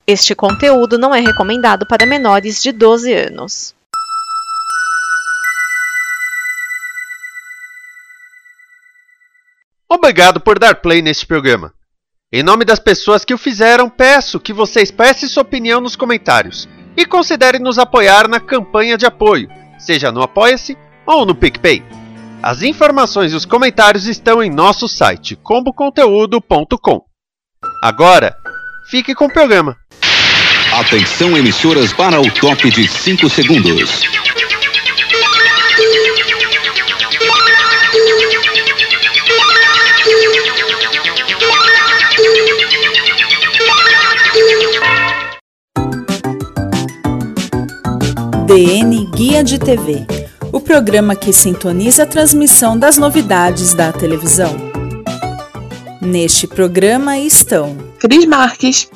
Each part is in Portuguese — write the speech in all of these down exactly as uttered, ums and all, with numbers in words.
Este conteúdo não é recomendado para menores de doze anos. Obrigado por dar play neste programa. Em nome das pessoas que o fizeram, peço que você expresse sua opinião nos comentários e considere nos apoiar na campanha de apoio, seja no Apoia-se ou no PicPay. As informações e os comentários estão em nosso site combo conteúdo ponto com. Agora, fique com o programa. Atenção, emissoras, para o top de cinco segundos. D N Guia de T V, o programa que sintoniza a transmissão das novidades da televisão. Neste programa estão Cris Marques.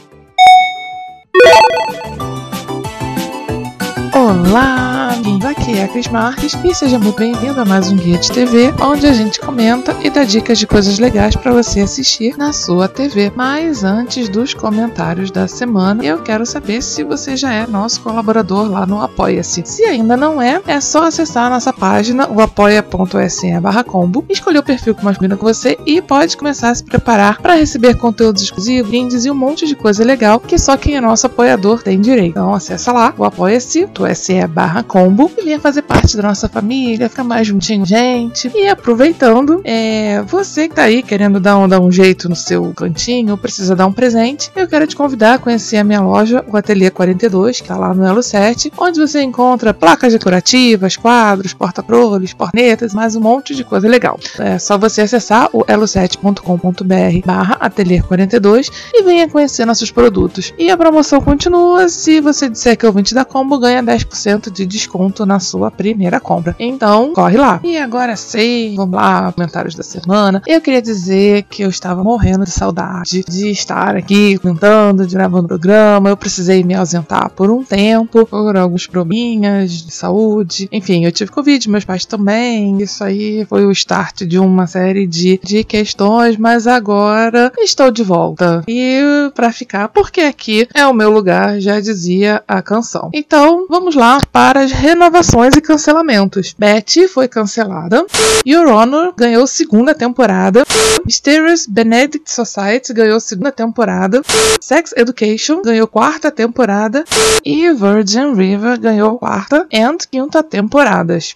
Olá, amigos, aqui é a Cris Marques e seja muito bem-vindo a mais um Guia de T V, onde a gente comenta e dá dicas de coisas legais para você assistir na sua T V. Mas antes dos comentários da semana, eu quero saber se você já é nosso colaborador lá no Apoia-se. Se ainda não é, é só acessar a nossa página, o apoia.se barra combo, escolher o perfil que mais combina com você e pode começar a se preparar para receber conteúdos exclusivos, brindes e um monte de coisa legal que só quem é nosso apoiador tem direito. Então acessa lá, o Apoia-se, se barra combo, e venha fazer parte da nossa família, ficar mais juntinho, gente. E aproveitando, é, você que tá aí querendo dar um, dar um jeito no seu cantinho, ou precisa dar um presente, eu quero te convidar a conhecer a minha loja, o Ateliê quarenta e dois, que tá lá no Elo sete, onde você encontra placas decorativas, quadros, porta-proles, cornetas, mais um monte de coisa legal. É só você acessar o elo sete ponto com ponto br barra ateliê quarenta e dois e venha conhecer nossos produtos. E a promoção continua, se você disser que é ouvinte da Combo, ganha dez por cento de desconto na sua primeira compra. Então, corre lá. E agora sim, vamos lá, comentários da semana. Eu queria dizer que eu estava morrendo de saudade de estar aqui comentando, de gravando o programa. Eu precisei me ausentar por um tempo, por alguns probleminhas de saúde. Enfim, eu tive Covid, meus pais também. Isso aí foi o start de uma série de, de questões, mas agora estou de volta. E pra ficar, porque aqui é o meu lugar, já dizia a canção. Então, vamos lá para as renovações e cancelamentos. Betty foi cancelada. Your Honor ganhou segunda temporada. Mysterious Benedict Society ganhou segunda temporada. Sex Education ganhou quarta temporada. E Virgin River ganhou quarta e quinta temporadas.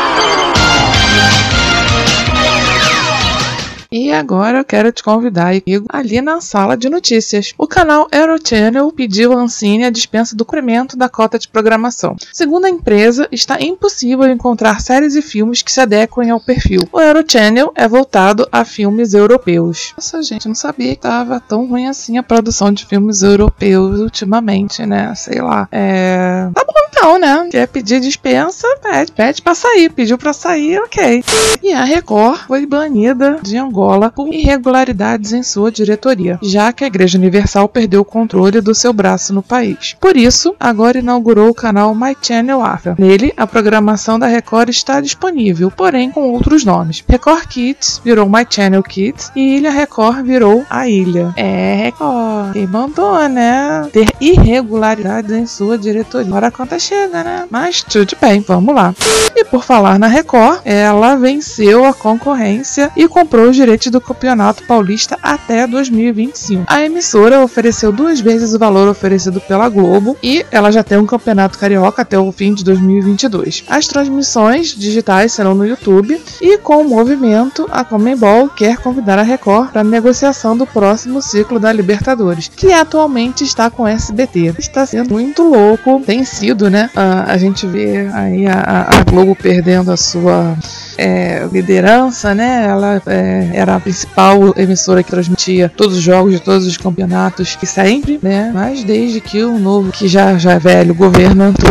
E agora eu quero te convidar a ir ali na sala de notícias. O canal Eurochannel pediu à Ancine a dispensa do cumprimento da cota de programação. Segundo a empresa, está impossível encontrar séries e filmes que se adequem ao perfil. O Eurochannel é voltado a filmes europeus. Nossa, gente, não sabia que estava tão ruim assim a produção de filmes europeus ultimamente, né? Sei lá. É... Tá bom então, né? Quer pedir dispensa? Pede, pede pra sair. Pediu pra sair, ok. E a Record foi banida de Angola por irregularidades em sua diretoria, já que a Igreja Universal perdeu o controle do seu braço no país. Por isso, agora inaugurou o canal My Channel Africa. Nele, a programação da Record está disponível, porém com outros nomes. Record Kids virou My Channel Kids e Ilha Record virou a Ilha. É, Record, quem mandou, né? Ter irregularidades em sua diretoria. Agora a conta chega, né? Mas tudo bem, vamos lá. E por falar na Record, ela venceu a concorrência e comprou os direitos do Campeonato Paulista até dois mil e vinte e cinco. A emissora ofereceu duas vezes o valor oferecido pela Globo e ela já tem um Campeonato Carioca até o fim de dois mil e vinte e dois. As transmissões digitais serão no YouTube e, com o movimento, a Conmebol quer convidar a Record para a negociação do próximo ciclo da Libertadores, que atualmente está com o S B T. Está sendo muito louco, tem sido, né? A, a gente vê aí a, a Globo perdendo a sua é, liderança, né? Ela é, era a principal emissora que transmitia todos os jogos de todos os campeonatos que sempre, né? Mas desde que o novo, que já, já é velho, governo entrou,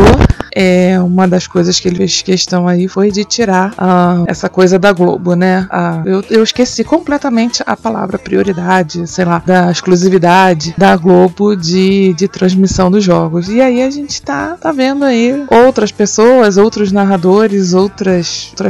é, uma das coisas que ele fez questão aí foi de tirar uh, essa coisa da Globo, né? Uh, eu, eu esqueci completamente a palavra prioridade, sei lá, da exclusividade da Globo de, de transmissão dos jogos. E aí a gente tá, tá vendo aí outras pessoas, outros narradores, outras, outras caras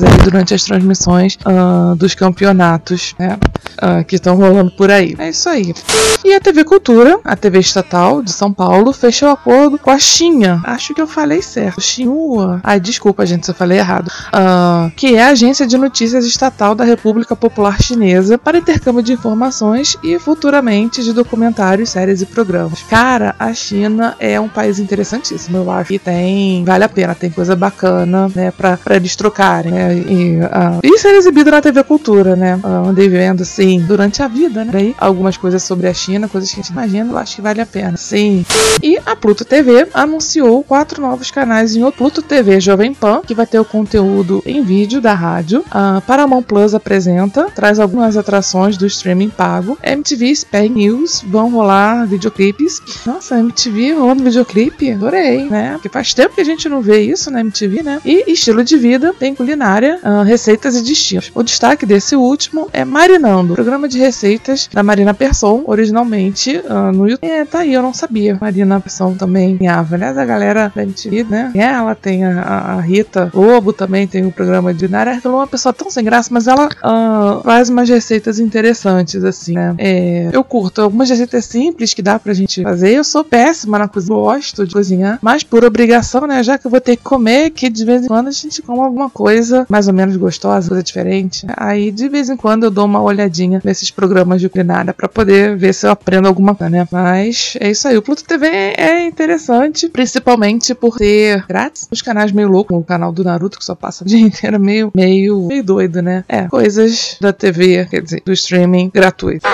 aí durante as transmissões uh, dos campeonatos, né, uh, que estão rolando por aí. É isso aí. E a T V Cultura, a T V estatal de São Paulo, fechou acordo com a Xinha. Acho que eu falei certo. Xinhua. Ai, desculpa, gente, se eu falei errado. Uh, que é a agência de notícias estatal da República Popular Chinesa para intercâmbio de informações e futuramente de documentários, séries e programas. Cara, a China é um país interessantíssimo. Eu acho que tem, vale a pena, tem coisa bacana, né, pra, pra eles trocarem, né, e, uh, e ser exibido na T V Cultura, né, uh, andei vendo, assim, durante a vida, né, daí, algumas coisas sobre a China, coisas que a gente imagina, eu acho que vale a pena, sim. E a Pluto T V anunciou quatro novos canais em outro Pluto T V Jovem Pan, que vai ter o conteúdo em vídeo da rádio. A Paramount Plus apresenta, traz algumas atrações do streaming pago. M T V Spare News, vão rolar videoclipes. Nossa, M T V rolando videoclipe, adorei, né? Porque faz tempo que a gente não vê isso na M T V, né? E estilo de vida, tem culinária, uh, receitas e destinos. O destaque desse último é Marinando, programa de receitas da Marina Persson, originalmente uh, no YouTube. É, tá aí, eu não sabia. Marina Persson também ganhava. Aliás, a galera da M T V, né? Ela tem a, a Rita Lobo, também tem o um programa de culinária. Ela é uma pessoa tão sem graça, mas ela uh, faz umas receitas interessantes, assim, né? É, eu curto algumas receitas simples que dá pra gente fazer. Eu sou péssima na cozinha, gosto de cozinhar, mas por obrigação, né? Já que eu vou ter que comer, que de vez em quando a gente come alguma coisa mais ou menos gostosa, coisa diferente. Aí, de vez em quando, eu dou uma olhadinha nesses programas de culinária pra poder ver se eu aprendo alguma coisa, né? Mas é isso aí. O Pluto T V é interessante, principalmente por ter grátis os canais meio loucos, o canal do Naruto que só passa o dia inteiro, meio, meio, meio doido, né? É, coisas da T V, quer dizer, do streaming gratuito.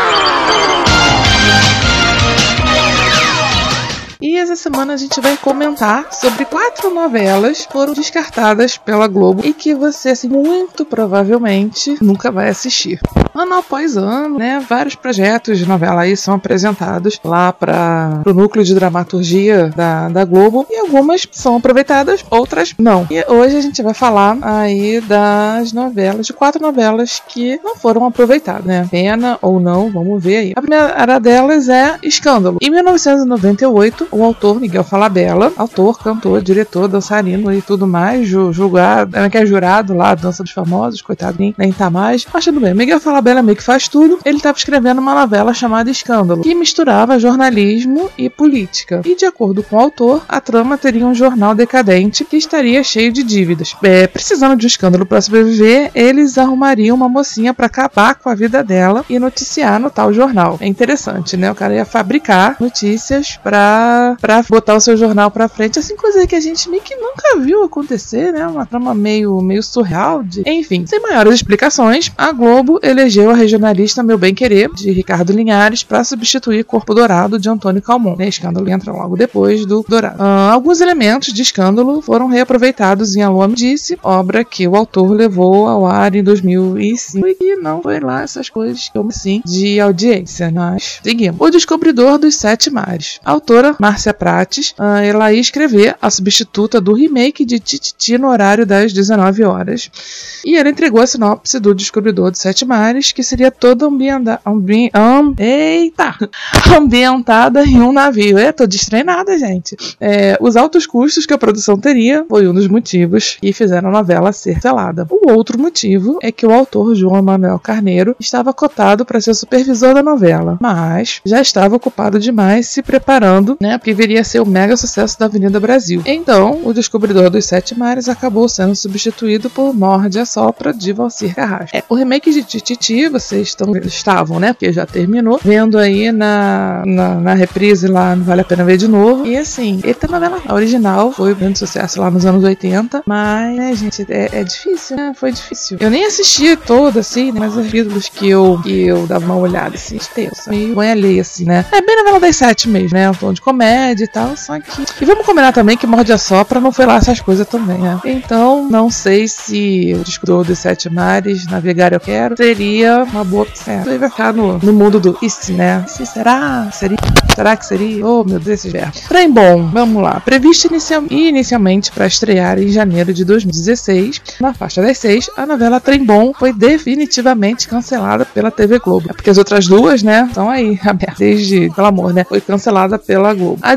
E essa semana a gente vai comentar sobre quatro novelas que foram descartadas pela Globo e que você, assim, muito provavelmente nunca vai assistir. Ano após ano, né, vários projetos de novela aí são apresentados lá para o núcleo de dramaturgia da, da Globo e algumas são aproveitadas, outras não. E hoje a gente vai falar aí das novelas, de quatro novelas que não foram aproveitadas, né? Pena ou não, vamos ver aí. A primeira delas é Escândalo. Em mil novecentos e noventa e oito, o autor Miguel Falabella, autor, cantor, diretor, dançarino e tudo mais, ju, julgado, que é jurado lá, Dança dos Famosos, coitado, nem, nem tá mais, mas tudo bem. Miguel Falabella meio que faz tudo. Ele estava escrevendo uma novela chamada Escândalo, que misturava jornalismo e política. E de acordo com o autor, a trama teria um jornal decadente que estaria cheio de dívidas. É, precisando de um escândalo para sobreviver, eles arrumariam uma mocinha para acabar com a vida dela e noticiar no tal jornal. É interessante, né? O cara ia fabricar notícias para para botar o seu jornal pra frente, assim, coisa que a gente meio que nunca viu acontecer, né? Uma trama meio, meio surreal de... Enfim, sem maiores explicações, a Globo elegeu a regionalista Meu Bem Querer, de Ricardo Linhares, para substituir Corpo Dourado, de Antônio Calmon. Né? Escândalo entra logo depois do Dourado. Uh, alguns elementos de Escândalo foram reaproveitados em Alô Me Disse, obra que o autor levou ao ar em dois mil e cinco e que não foi lá essas coisas, como assim, de audiência. Mas seguimos. O Descobridor dos Sete Mares. A autora Márcia Prates, uh, ela ia escrever a substituta do remake de Tititi no horário das dezenove horas. E ela entregou a sinopse do Descobridor dos Sete Mares, que seria toda ambienta... ambi... Am... Eita! ambientada em um navio. É, tô destreinada, gente. É, os altos custos que a produção teria foi um dos motivos que fizeram a novela ser selada. O outro motivo é que o autor João Manuel Carneiro estava cotado para ser supervisor da novela, mas já estava ocupado demais se preparando, né, porque viria a ser o mega sucesso da Avenida Brasil. Então, o Descobridor dos Sete Mares acabou sendo substituído por Morde a Sopra, de Valcir Carrasco. É, o remake de Tititi, vocês estão, estavam, né, porque já terminou, vendo aí na, na, na reprise lá, não vale a pena ver de novo. E assim, ele tá na novela original, foi um grande sucesso lá nos anos oitenta, mas, né, gente, é, é difícil, né, foi difícil. Eu nem assisti toda, assim, né, mas os títulos que eu, que eu dava uma olhada, assim, tenso, meio banho alheio, assim, né. É bem novela das sete mesmo, né, um tom de comédia e tal, só que... E vamos combinar também que Morde a Sopra não foi lá essas coisas também, né. Então, não sei se o Descobridor dos Sete Mares, Navegar Eu Quero, seria uma boa opção. Ele vai ficar no, no mundo do e se, né? E se será? Seria? Será que seria? Oh, meu Deus, esse verbo. Trem Bom, vamos lá. Previsto inicial, inicialmente para estrear em janeiro de dois mil e dezesseis, na faixa das seis, a novela Trem Bom foi definitivamente cancelada pela T V Globo. É porque as outras duas, né, estão aí abertas desde, pelo amor, né, foi cancelada pela Globo. A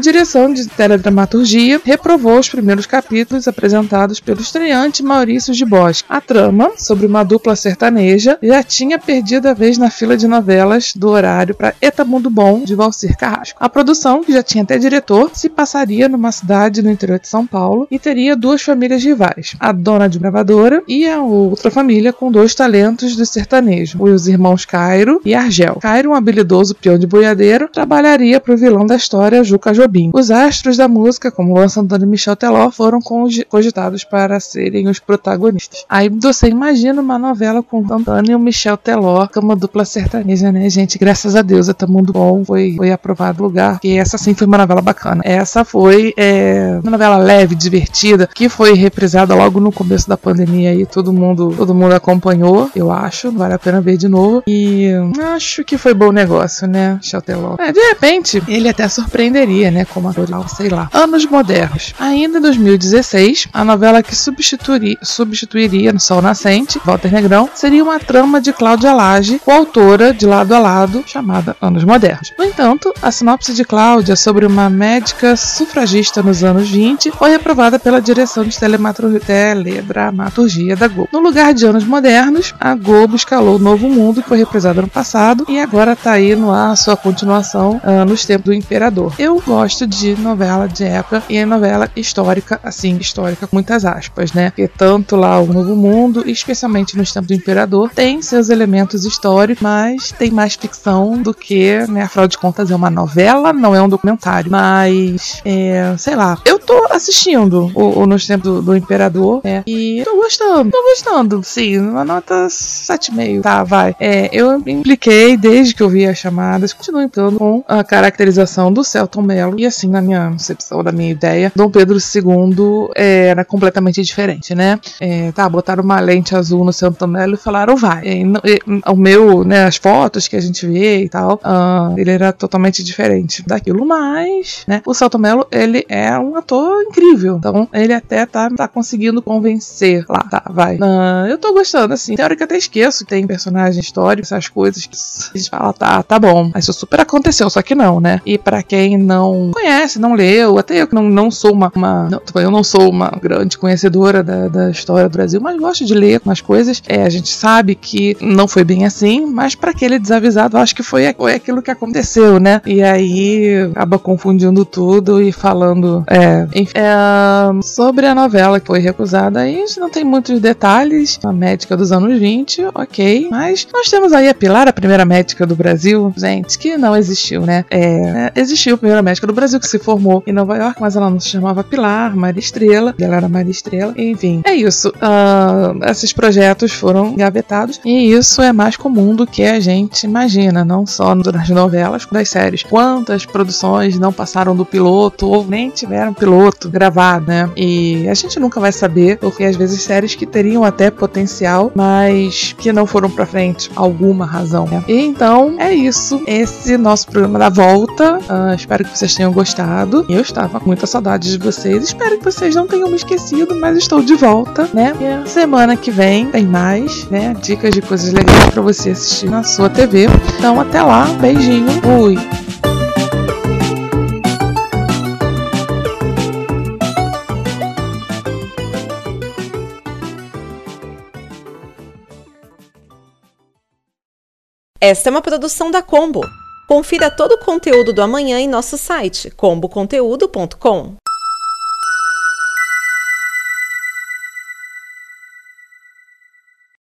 direção de teledramaturgia reprovou os primeiros capítulos apresentados pelo estreante Maurício de Bosque. A trama, sobre uma dupla sertaneja, já tinha perdido a vez na fila de novelas do horário para Eta Mundo Bom, de Valcir Carrasco. A produção, que já tinha até diretor, se passaria numa cidade no interior de São Paulo e teria duas famílias rivais, a dona de gravadora e a outra família com dois talentos do sertanejo, os irmãos Cairo e Argel. Cairo, um habilidoso peão de boiadeiro, trabalharia para o vilão da história, Juca Jobim. Os astros da música, como Luan Santana e Michel Teló, foram cogitados para serem os protagonistas. Aí você imagina uma novela com Santana e o Michel Teló, que é uma dupla sertaneja, né, gente? Graças a Deus, Eta Mundo Bom foi, foi aprovado no lugar, e essa sim foi uma novela bacana. Essa foi é, uma novela leve, divertida, que foi reprisada logo no começo da pandemia e todo mundo, todo mundo acompanhou, eu acho, vale a pena ver de novo, e acho que foi bom negócio, né, Michel Teló. É, de repente, ele até surpreenderia, né, como ator, sei lá. Anos Modernos. Ainda em dois mil e dezesseis, a novela que substituiria, substituiria no Sol Nascente, Walter Negrão, seria uma trama de Cláudia Lage, coautora de Lado a Lado, chamada Anos Modernos. No entanto, a sinopse de Cláudia sobre uma médica sufragista nos anos vinte foi reprovada pela direção de teledramaturgia da Globo. No lugar de Anos Modernos, a Globo escalou Novo Mundo, que foi reprisado no passado, e agora tá aí no ar a sua continuação uh, nos tempos do Imperador. Eu gosto de novela de época e novela histórica, assim, histórica com muitas aspas, né? Porque tanto lá o Novo Mundo, especialmente nos tempos do Imperador, tem seus elementos históricos, mas tem mais ficção do que, né? Afinal de contas, é uma novela, não é um documentário. Mas, é, sei lá, eu tô assistindo o, o Nos Tempos do, do Imperador, né? E tô gostando, tô gostando, sim, uma nota sete vírgula cinco, tá, vai. É, eu me impliquei desde que eu vi as chamadas, continuo entrando com a caracterização do Selton Mello, e assim, na minha concepção, da minha ideia, Dom Pedro segundo é, era completamente diferente, né? É, tá, botaram uma lente azul no Selton Mello e falaram, vai. É, e, o meu, né, as fotos que a gente vê e tal, uh, ele era totalmente diferente daquilo, mas, né, o Selton Mello, ele é um ator incrível, então ele até tá, tá conseguindo convencer lá, tá, vai. Uh, eu tô gostando, assim, teórica até esqueço que tem personagem histórico, essas coisas que a gente fala, tá, tá bom, mas isso super aconteceu, só que não, né? E pra quem não conhece, não leu, até eu que não, não sou uma, uma não, eu não sou uma grande conhecedora da, da história do Brasil, mas gosto de ler umas coisas, é, a gente sabe que não foi bem assim, mas pra aquele desavisado, eu acho que foi, foi aquilo que aconteceu, né? E aí acaba confundindo tudo e falando, é, enfim, é, sobre a novela que foi recusada, aí a gente não tem muitos detalhes, a médica dos anos vinte, ok, mas nós temos aí a Pilar, a primeira médica do Brasil, gente, que não existiu, né? É, existiu a primeira médica do Brasil que se formou em Nova York, mas ela não se chamava Pilar, Maria Estrela, ela era Maria Estrela, enfim, é isso. Uh, esses projetos foram engavetados e isso é mais comum do que a gente imagina, não só nas novelas, das séries. Quantas produções não passaram do piloto ou nem tiveram piloto gravado, né? E a gente nunca vai saber, porque às vezes séries que teriam até potencial, mas que não foram pra frente, alguma razão, né? E então, é isso. Esse nosso programa da volta. Uh, espero que vocês tenham gostado. Eu estava com muita saudade de vocês. Espero que vocês não tenham me esquecido, mas estou de volta, né? E a semana que vem tem mais, né? Dicas de coisas legais pra você assistir na sua T V. Então, até lá. Beijinho. Fui. Esta é uma produção da Combo. Confira todo o conteúdo do amanhã em nosso site combo conteúdo ponto com.